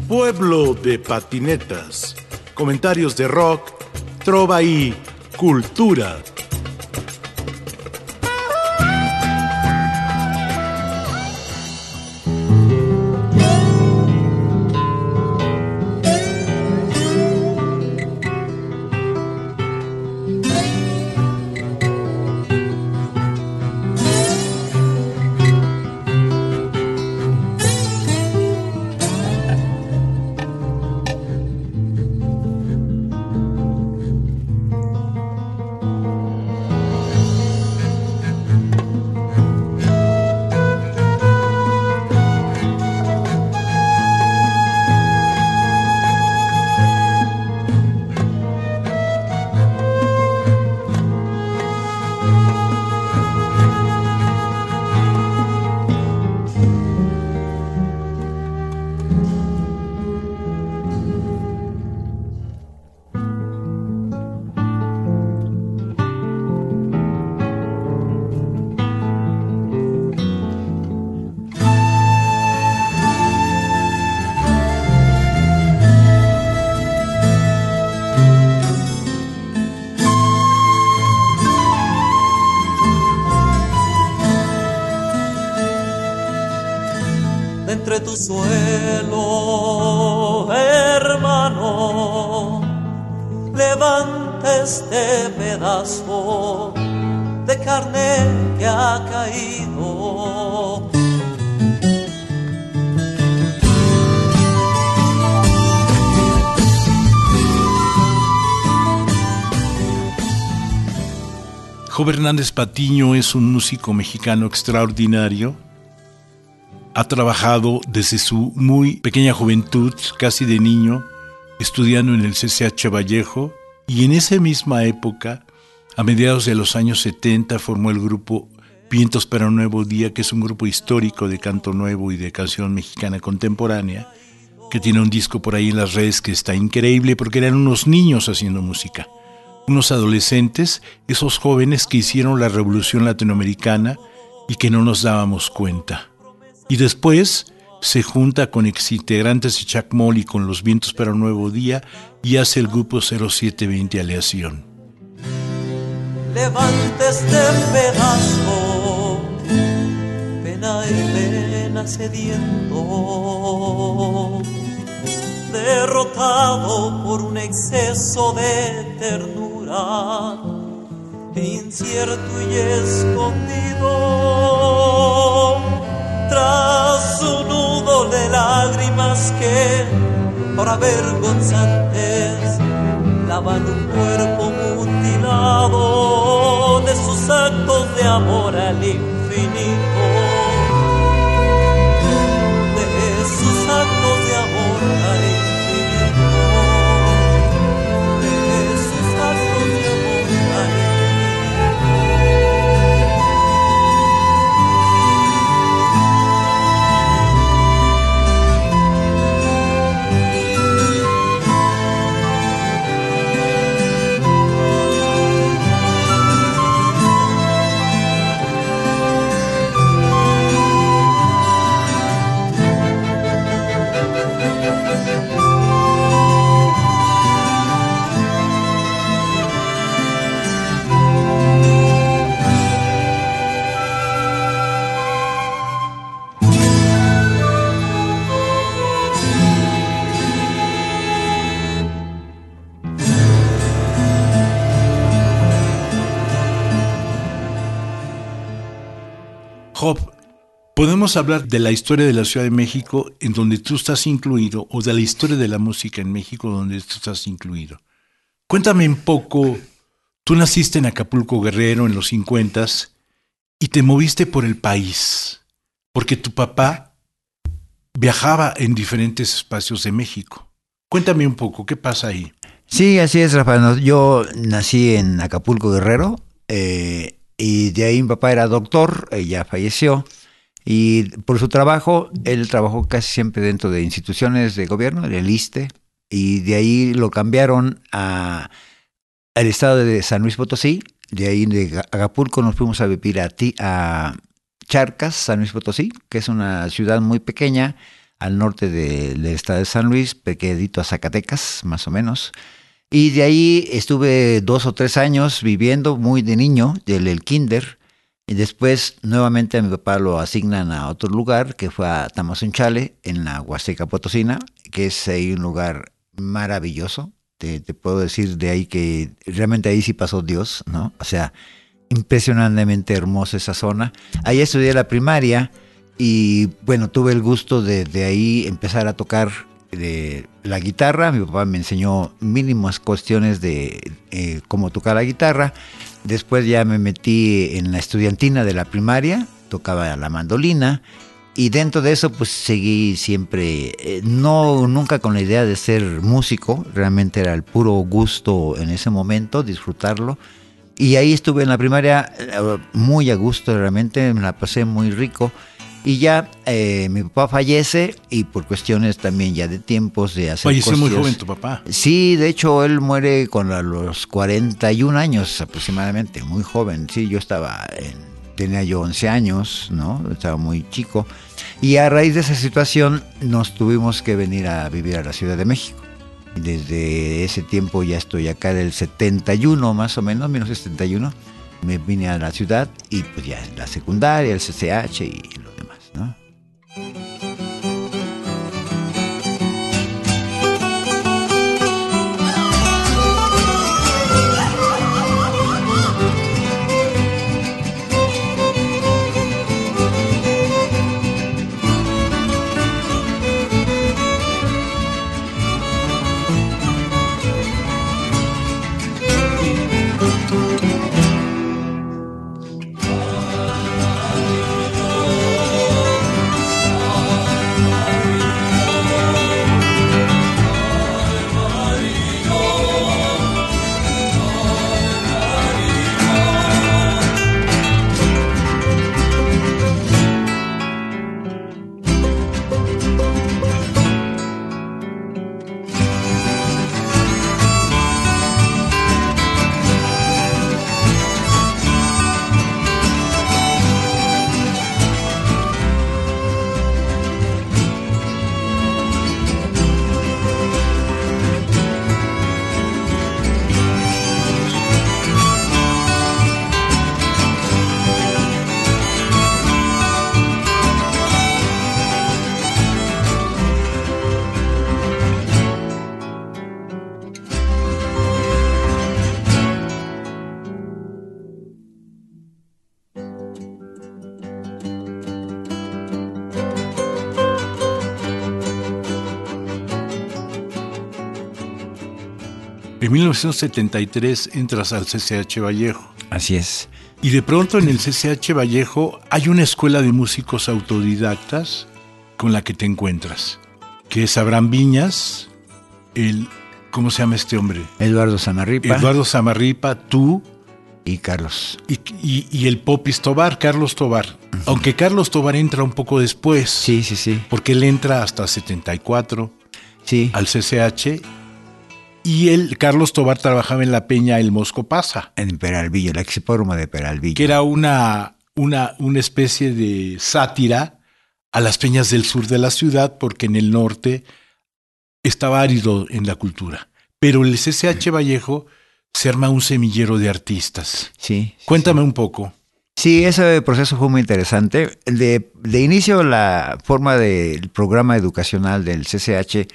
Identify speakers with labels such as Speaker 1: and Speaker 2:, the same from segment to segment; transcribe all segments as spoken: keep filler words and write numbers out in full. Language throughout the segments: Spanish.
Speaker 1: Pueblo de patinetas, comentarios de rock, trova y cultura.
Speaker 2: Entre tu suelo, hermano, levanta este pedazo de carne que ha caído.
Speaker 1: Job Hernández Patiño es un músico mexicano extraordinario. Ha trabajado desde su muy pequeña juventud, casi de niño, estudiando en el C C H Vallejo, y en esa misma época, a mediados de los años setenta, formó el grupo Vientos para un Nuevo Día, que es un grupo histórico de canto nuevo y de canción mexicana contemporánea, que tiene un disco por ahí en las redes que está increíble porque eran unos niños haciendo música, unos adolescentes, esos jóvenes que hicieron la revolución latinoamericana y que no nos dábamos cuenta. Y después se junta con exintegrantes de Chacmol y con los Vientos para un Nuevo Día y hace el grupo cero siete veinte Aleación.
Speaker 2: Levanta este pedazo, pena y pena sediento, derrotado por un exceso de ternura, incierto y escondido. Tras un nudo de lágrimas que, por avergonzantes, lavan un cuerpo mutilado de sus actos de amor al infinito, de sus actos de amor al infinito, de sus actos de amor al infinito.
Speaker 1: Job, ¿podemos hablar de la historia de la Ciudad de México en donde tú estás incluido o de la historia de la música en México donde tú estás incluido? Cuéntame un poco, tú naciste en Acapulco, Guerrero, en los cincuentas y te moviste por el país porque tu papá viajaba en diferentes espacios de México. Cuéntame un poco, ¿qué pasa ahí?
Speaker 3: Sí, así es, Rafael. Yo nací en Acapulco, Guerrero, eh, y de ahí mi papá era doctor, eh, ya falleció, y por su trabajo, él trabajó casi siempre dentro de instituciones de gobierno, del ISSSTE, y de ahí lo cambiaron a, al estado de San Luis Potosí. De ahí de Acapulco nos fuimos a vivir a, ti, a Charcas, San Luis Potosí, que es una ciudad muy pequeña, al norte de, del estado de San Luis, pequeñito a Zacatecas, más o menos. Y de ahí estuve dos o tres años viviendo muy de niño, del el kinder. Y después nuevamente a mi papá lo asignan a otro lugar, que fue a Tamazunchale, en la Huasteca Potosina, que es ahí un lugar maravilloso. Te, te puedo decir de ahí que realmente ahí sí pasó Dios, ¿no? O sea, impresionantemente hermosa esa zona. Ahí estudié la primaria y bueno, tuve el gusto de, de ahí empezar a tocar de la guitarra. Mi papá me enseñó mínimas cuestiones de eh, cómo tocar la guitarra. Después ya me metí en la estudiantina de la primaria, tocaba la mandolina. Y dentro de eso, pues seguí siempre, eh, no nunca con la idea de ser músico, realmente era el puro gusto en ese momento, disfrutarlo. Y ahí estuve en la primaria eh, muy a gusto, realmente me la pasé muy rico. Y ya eh, mi papá fallece y por cuestiones también ya de tiempos de hacer
Speaker 1: Falleció
Speaker 3: cosas.
Speaker 1: muy joven tu papá.
Speaker 3: Sí, de hecho él muere con la- los cuarenta y un años aproximadamente, muy joven. Sí, yo estaba en, tenía yo once años, ¿no? Estaba muy chico. Y a raíz de esa situación nos tuvimos que venir a vivir a la Ciudad de México. Y desde ese tiempo ya estoy acá del setenta y uno más o menos, mil novecientos setenta y uno. Me vine a la ciudad y pues ya la secundaria, el C C H y lo demás, ¿no?
Speaker 1: En mil novecientos setenta y tres entras al C C H Vallejo.
Speaker 3: Así es.
Speaker 1: Y de pronto en el C C H Vallejo hay una escuela de músicos autodidactas con la que te encuentras, que es Abraham Viñas, el, ¿cómo se llama este hombre?
Speaker 3: Eduardo Samarripa
Speaker 1: Eduardo Samarripa, tú
Speaker 3: y Carlos.
Speaker 1: y, y, y el Popis Tobar, Carlos Tobar. Uh-huh. Aunque Carlos Tobar entra un poco después.
Speaker 3: Sí, sí, sí.
Speaker 1: Porque él entra hasta setenta y cuatro
Speaker 3: sí.
Speaker 1: al C C H. Y él, Carlos Tobar, trabajaba en la peña El Mosco Pasa.
Speaker 3: En Peralvillo, el exhipódromo de Peralvillo.
Speaker 1: Que era una, una, una especie de sátira a las peñas del sur de la ciudad, porque en el norte estaba árido en la cultura. Pero el C C H Vallejo se arma un semillero de artistas.
Speaker 3: Sí. sí
Speaker 1: Cuéntame
Speaker 3: sí.
Speaker 1: un poco.
Speaker 3: Sí, ese proceso fue muy interesante. De, de inicio, la forma del programa educacional del C C H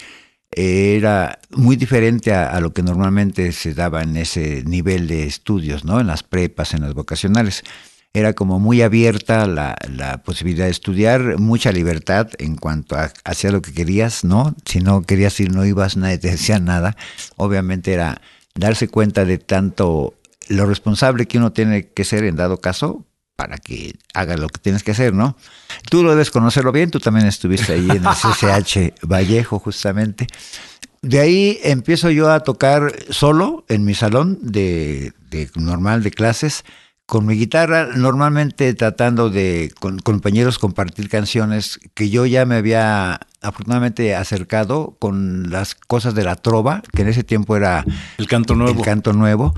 Speaker 3: era muy diferente a, a lo que normalmente se daba en ese nivel de estudios, ¿no? En las prepas, en las vocacionales. Era como muy abierta la, la posibilidad de estudiar, mucha libertad en cuanto a hacer lo que querías, ¿no? Si no querías ir, no ibas, nadie te decía nada. Obviamente era darse cuenta de tanto lo responsable que uno tiene que ser en dado caso para que hagas lo que tienes que hacer, ¿no? Tú lo debes conocerlo bien, tú también estuviste ahí en el C C H Vallejo, justamente. De ahí empiezo yo a tocar solo en mi salón de, de normal de clases, con mi guitarra, normalmente tratando de con compañeros compartir canciones que yo ya me había afortunadamente acercado con las cosas de la trova, que en ese tiempo era
Speaker 1: el canto nuevo.
Speaker 3: El canto nuevo.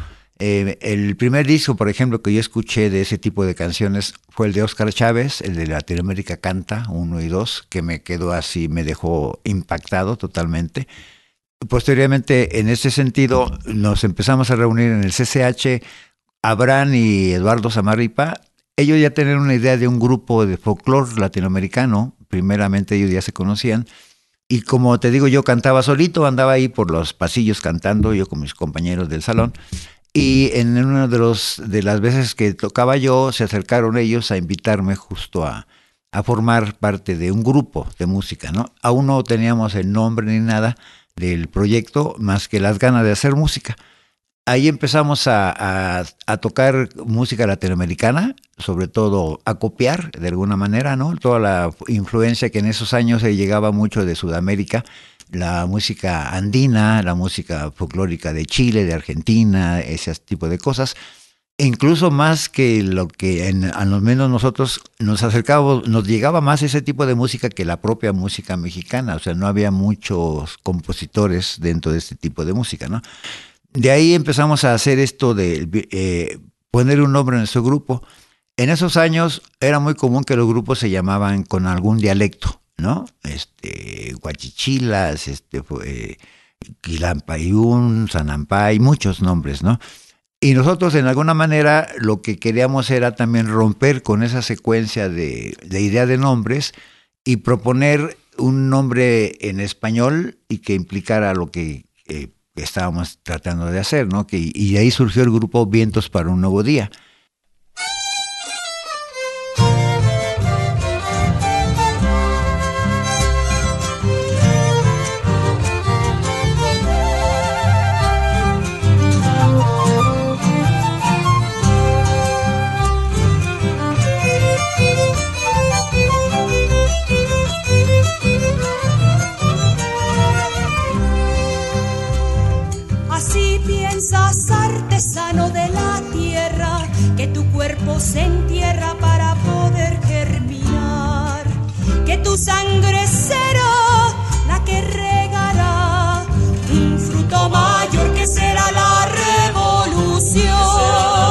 Speaker 3: Eh, el primer disco, por ejemplo, que yo escuché de ese tipo de canciones fue el de Óscar Chávez, el de Latinoamérica Canta, uno y dos, que me quedó así, me dejó impactado totalmente. Posteriormente, en ese sentido, nos empezamos a reunir en el C C H, Abraham y Eduardo Samarripa. Ellos ya tenían una idea de un grupo de folclore latinoamericano, primeramente ellos ya se conocían, y como te digo, yo cantaba solito, andaba ahí por los pasillos cantando, yo con mis compañeros del salón. Y en una de, los, de las veces que tocaba yo, se acercaron ellos a invitarme justo a, a formar parte de un grupo de música, ¿no? Aún no teníamos el nombre ni nada del proyecto, más que las ganas de hacer música. Ahí empezamos a, a, a tocar música latinoamericana, sobre todo a copiar de alguna manera, ¿no? Toda la influencia que en esos años se llegaba mucho de Sudamérica, la música andina, la música folclórica de Chile, de Argentina, ese tipo de cosas. E incluso más que lo que en, a lo menos nosotros nos acercábamos, nos llegaba más ese tipo de música que la propia música mexicana. O sea, no había muchos compositores dentro de este tipo de música, ¿no? De ahí empezamos a hacer esto de eh, poner un nombre en nuestro grupo. En esos años era muy común que los grupos se llamaban con algún dialecto, ¿no? Este, Guachichilas, este, eh, Quilampayún, Sanampay, muchos nombres, ¿no? Y nosotros en alguna manera lo que queríamos era también romper con esa secuencia de, de idea de nombres y proponer un nombre en español y que implicara lo que eh, estábamos tratando de hacer, ¿no? Que, y de ahí surgió el grupo Vientos para un Nuevo Día.
Speaker 4: Artesano de la tierra, que tu cuerpo se entierra para poder germinar, que tu sangre será la que regará un fruto mayor que será la revolución.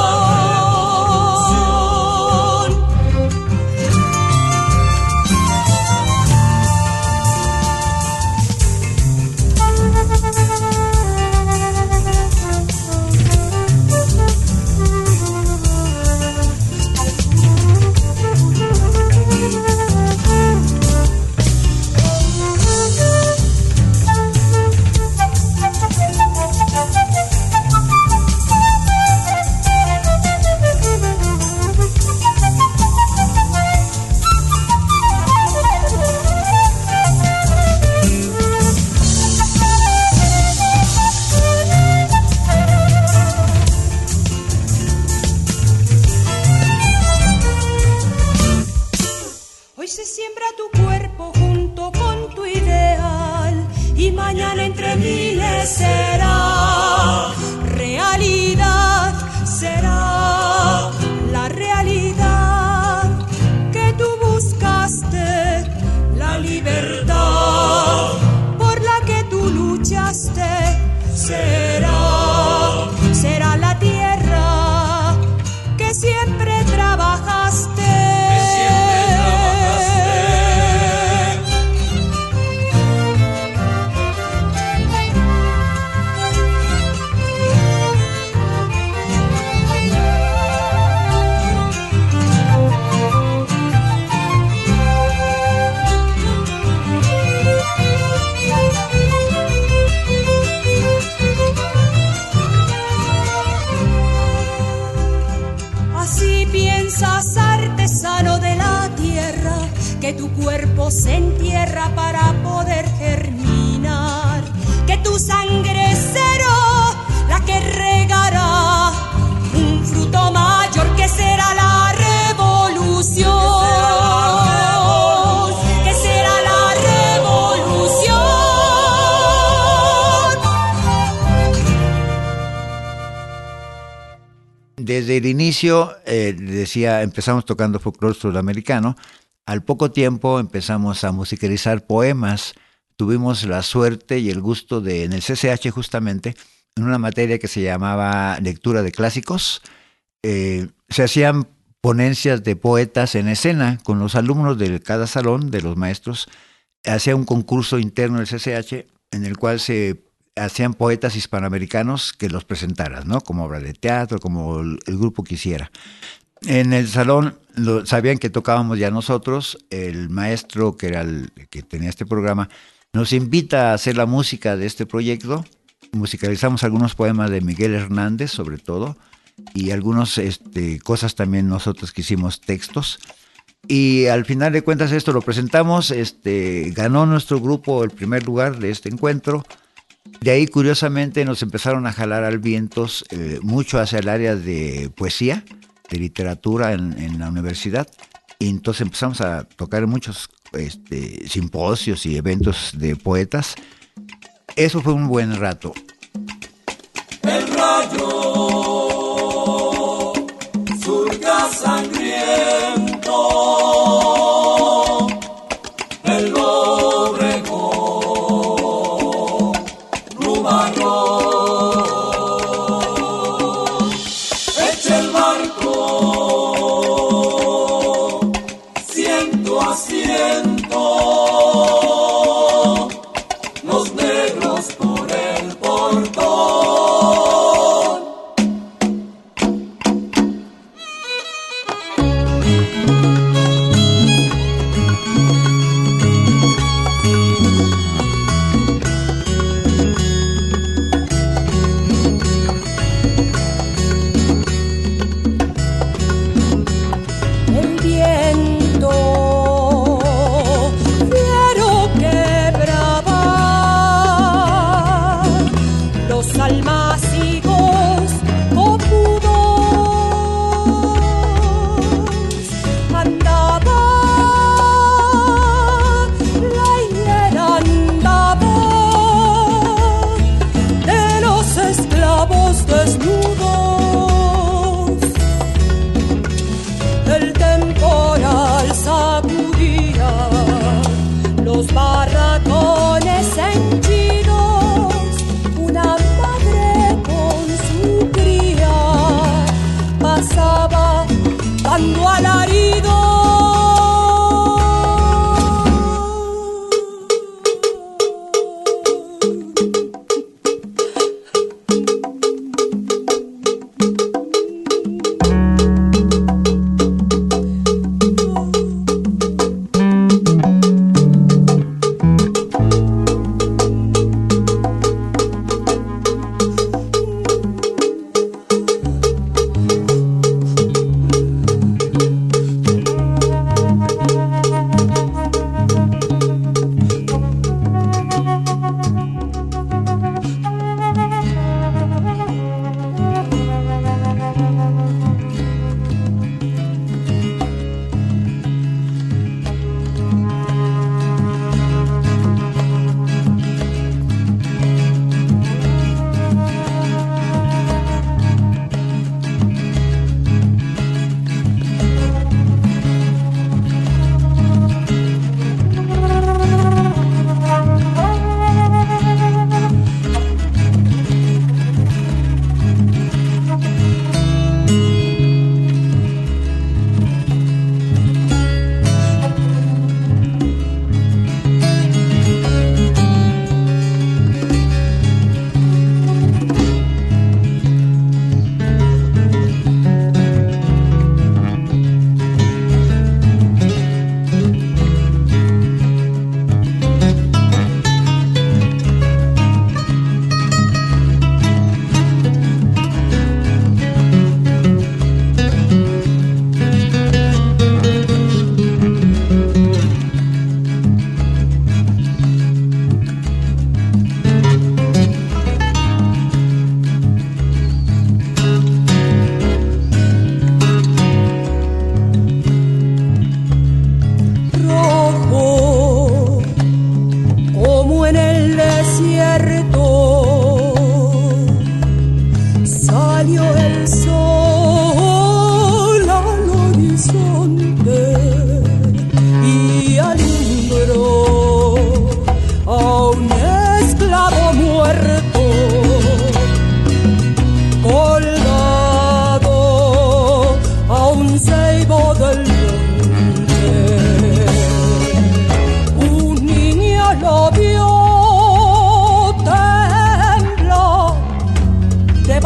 Speaker 4: Que tu cuerpo se entierra para poder germinar, que tu sangre será la que regará un fruto mayor que será la revolución, que será la revolución.
Speaker 3: Desde el inicio, eh, decía, empezamos tocando folclore sudamericano. Al poco tiempo empezamos a musicalizar poemas. Tuvimos la suerte y el gusto de, en el C C H justamente, en una materia que se llamaba lectura de clásicos. Eh, se hacían ponencias de poetas en escena con los alumnos de cada salón, de los maestros. Hacía un concurso interno del C C H en el cual se hacían poetas hispanoamericanos que los presentaran, ¿no? Como obra de teatro, como el, el grupo quisiera. En el salón lo, sabían que tocábamos ya nosotros. El maestro, que era el que tenía este programa, nos invita a hacer la música de este proyecto. Musicalizamos algunos poemas de Miguel Hernández, sobre todo, y algunas este, cosas también nosotros que hicimos textos. Y al final de cuentas esto lo presentamos, este, ganó nuestro grupo el primer lugar de este encuentro. De ahí, curiosamente, nos empezaron a jalar al vientos eh, mucho hacia el área de poesía, de literatura en, en la universidad. Y entonces empezamos a tocar en muchos este, simposios y eventos de poetas. Eso fue un buen rato.
Speaker 2: El rayo surca sangriento, el Obregón, nubarrón, echa el barco, ciento a ciento, los negros por el portón.
Speaker 4: El viento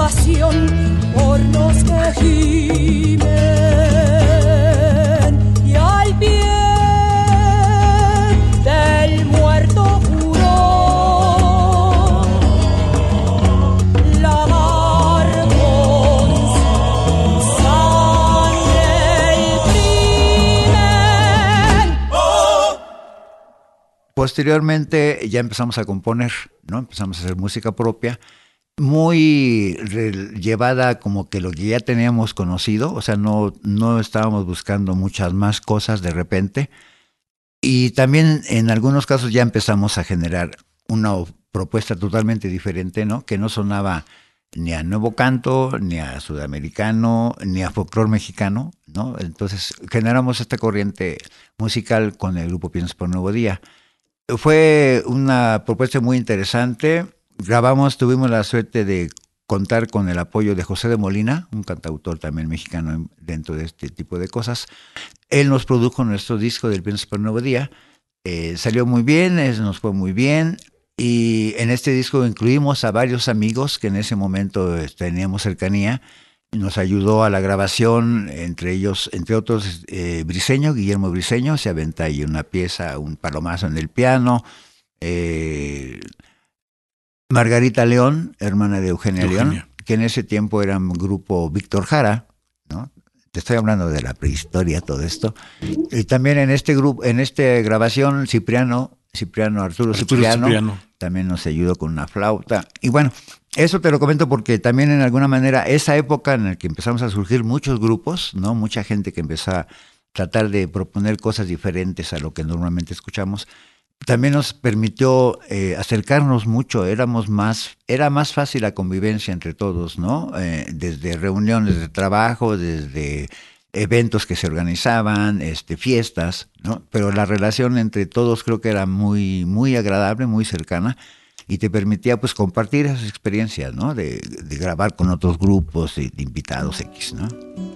Speaker 4: compasión por los que gimen y al pie del muerto juró lavar con sangre el crimen.
Speaker 3: Posteriormente ya empezamos a componer, ¿no? Empezamos a hacer música propia, muy re- llevada como que lo que ya teníamos conocido, o sea, no, no estábamos buscando muchas más cosas de repente. Y también en algunos casos ya empezamos a generar una o- propuesta totalmente diferente, ¿no? Que no sonaba ni a nuevo canto, ni a sudamericano, ni a folclore mexicano, ¿no? Entonces generamos esta corriente musical con el grupo Piensas por Nuevo Día. Fue una propuesta muy interesante. Grabamos, tuvimos la suerte de contar con el apoyo de José de Molina, un cantautor también mexicano en- dentro de este tipo de cosas. Él nos produjo nuestro disco del Piensas por Nuevo Día. Eh, salió muy bien, es- nos fue muy bien. Y en este disco incluimos a varios amigos que en ese momento eh, teníamos cercanía. Nos ayudó a la grabación, entre ellos, entre otros, eh, Briseño, Guillermo Briseño, se aventa ahí una pieza, un palomazo en el piano. Eh, Margarita León, hermana de Eugenia,
Speaker 1: Eugenia.
Speaker 3: León, que en ese tiempo era un grupo Víctor Jara, ¿no? Te estoy hablando de la prehistoria, todo esto. Y también en este grupo, en esta grabación, Cipriano, Cipriano, Arturo,
Speaker 1: Arturo
Speaker 3: Cipriano,
Speaker 1: Cipriano.
Speaker 3: también nos ayudó con una flauta. Y bueno, eso te lo comento porque también en alguna manera, esa época en la que empezamos a surgir muchos grupos, ¿no? Mucha gente que empezó a tratar de proponer cosas diferentes a lo que normalmente escuchamos, también nos permitió eh, acercarnos mucho, éramos más, era más fácil la convivencia entre todos, ¿no? Eh, desde reuniones de trabajo, desde eventos que se organizaban, este, fiestas, ¿no? Pero la relación entre todos creo que era muy, muy agradable, muy cercana y te permitía pues compartir esas experiencias, ¿no? De, de grabar con otros grupos y de invitados X, ¿no?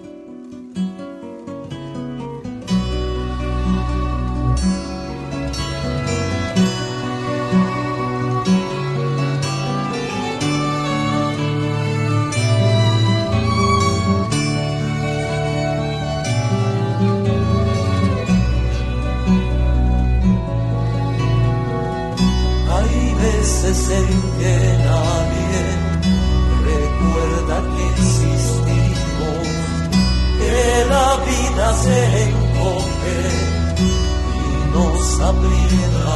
Speaker 2: Hay veces en que nadie recuerda que existimos, que la vida se encoge y nos aprieta,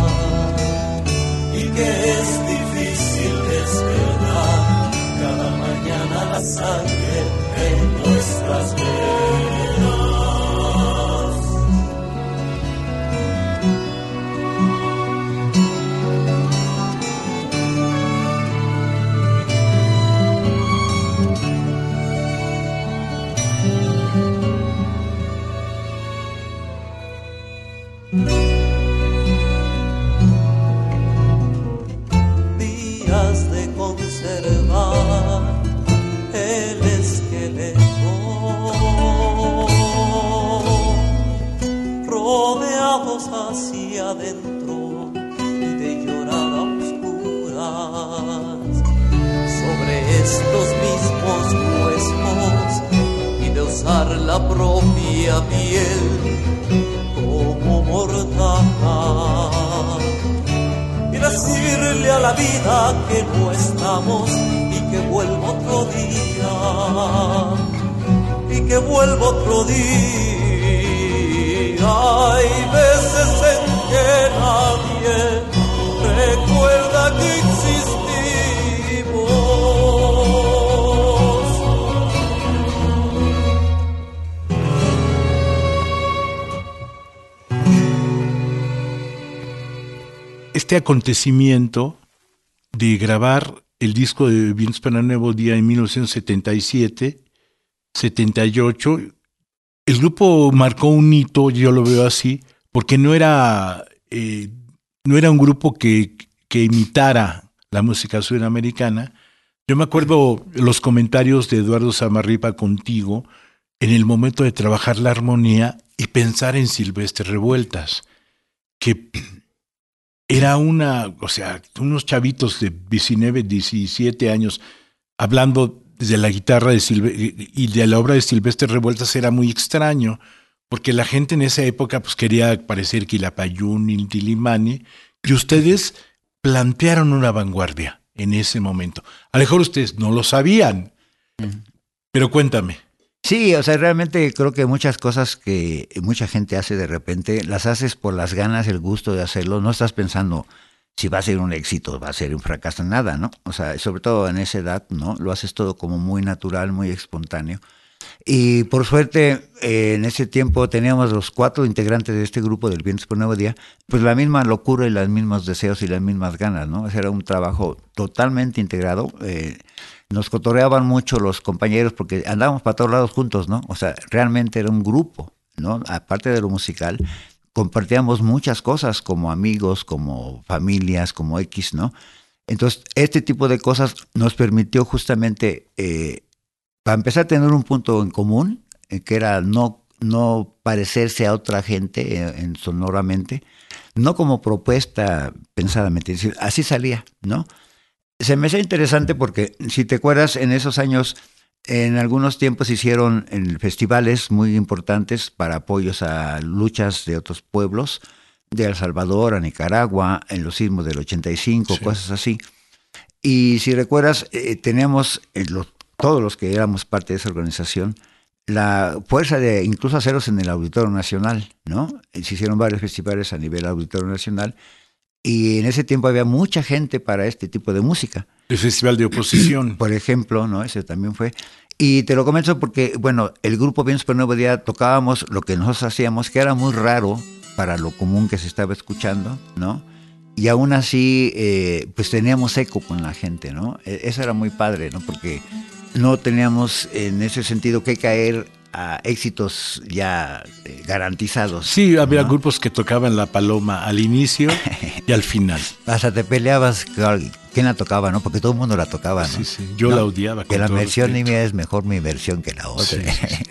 Speaker 2: y que es difícil despertar cada mañana la sangre en nuestras venas. Días de conservar el esqueleto, rodeados hacia adentro y de llorar a oscuras sobre estos mismos huesos y de usar la propia piel como mortaja y decirle a la vida que no estamos y que vuelvo otro día y que vuelvo otro día. Hay veces en que nadie recuerda que existimos.
Speaker 1: Este acontecimiento de grabar el disco de Vientos para un Nuevo Día en mil novecientos setenta y siete, setenta y ocho, el grupo marcó un hito, yo lo veo así, porque no era, eh, no era un grupo que, que imitara la música sudamericana. Yo me acuerdo los comentarios de Eduardo Zamarripa contigo en el momento de trabajar la armonía y pensar en Silvestre Revueltas, que era una, o sea, unos chavitos de diecinueve, diecisiete años hablando de la guitarra de Silve- y de la obra de Silvestre Revueltas, era muy extraño, porque la gente en esa época pues, quería parecer Quilapayún, Inti Illimani, y ustedes plantearon una vanguardia en ese momento. A lo mejor ustedes no lo sabían, uh-huh. pero cuéntame.
Speaker 3: Sí, o sea, realmente creo que muchas cosas que mucha gente hace de repente, las haces por las ganas, el gusto de hacerlo, no estás pensando si va a ser un éxito, va a ser un fracaso, nada, ¿no? O sea, sobre todo en esa edad, ¿no? Lo haces todo como muy natural, muy espontáneo. Y por suerte, eh, en ese tiempo teníamos los cuatro integrantes de este grupo del Vientos por Nuevo Día, pues la misma locura y los mismos deseos y las mismas ganas, ¿no? Ese era un trabajo totalmente integrado. Eh, nos cotorreaban mucho los compañeros porque andábamos para todos lados juntos, ¿no? O sea, realmente era un grupo, ¿no? Aparte de lo musical, compartíamos muchas cosas como amigos, como familias, como X, ¿no? Entonces, este tipo de cosas nos permitió justamente, eh, para empezar a tener un punto en común, eh, que era no, no parecerse a otra gente eh, en sonoramente, no como propuesta pensadamente, es decir, así salía, ¿no? Se me hace interesante porque, si te acuerdas, en esos años, en algunos tiempos hicieron en festivales muy importantes para apoyos a luchas de otros pueblos, de El Salvador, a Nicaragua, en los sismos del ochenta y cinco, sí. Cosas así. Y si recuerdas, eh, teníamos, eh, los, todos los que éramos parte de esa organización, la fuerza de incluso hacerlos en el Auditorio Nacional, ¿no? Se hicieron varios festivales a nivel Auditorio Nacional. Y en ese tiempo había mucha gente para este tipo de música.
Speaker 1: El Festival de Oposición.
Speaker 3: Por ejemplo, ¿no? Ese también fue. Y te lo comento porque, bueno, el grupo Vientos por Nuevo Día tocábamos lo que nosotros hacíamos, que era muy raro para lo común que se estaba escuchando, ¿no? Y aún así, eh, pues teníamos eco con la gente, ¿no? Eso era muy padre, ¿no? Porque no teníamos en ese sentido que caer a éxitos ya eh, garantizados.
Speaker 1: Sí, había
Speaker 3: ¿no?
Speaker 1: grupos que tocaban La Paloma al inicio y al final.
Speaker 3: Hasta te peleabas, ¿quién la tocaba, no? Porque todo el mundo la tocaba, ¿no?
Speaker 1: Sí, sí, yo
Speaker 3: ¿no?
Speaker 1: la odiaba.
Speaker 3: Que la versión ni mía es mejor mi versión que la otra. Sí, sí, sí.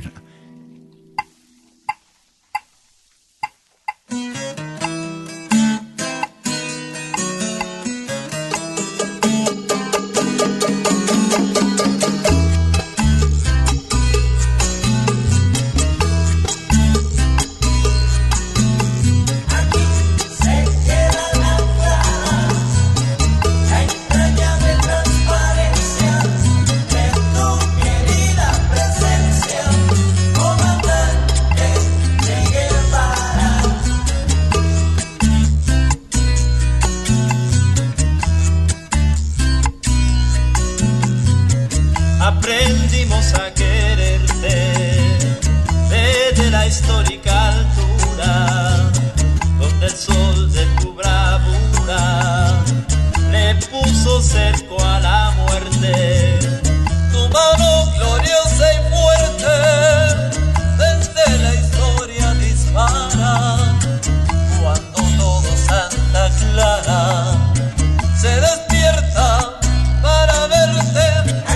Speaker 2: Aprendimos a quererte desde la histórica altura, donde el sol de tu bravura le puso cerco a la muerte. Tu mano gloriosa y fuerte desde la historia dispara, cuando todo Santa Clara se despierta para verte.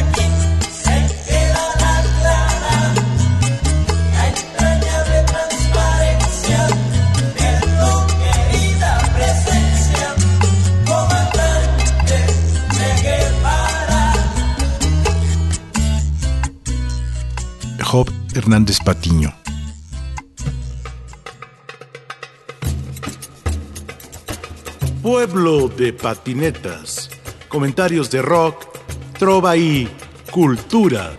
Speaker 1: Job Hernández Patiño. Pueblo de patinetas, comentarios de rock, trova y cultura.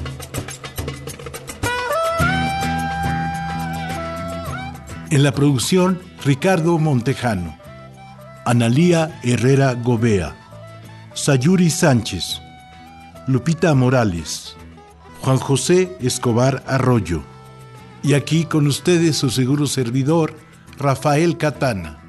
Speaker 1: En la producción, Ricardo Montejano, Analía Herrera Gobea, Sayuri Sánchez, Lupita Morales, Juan José Escobar Arroyo. Y aquí con ustedes su seguro servidor, Rafael Catana.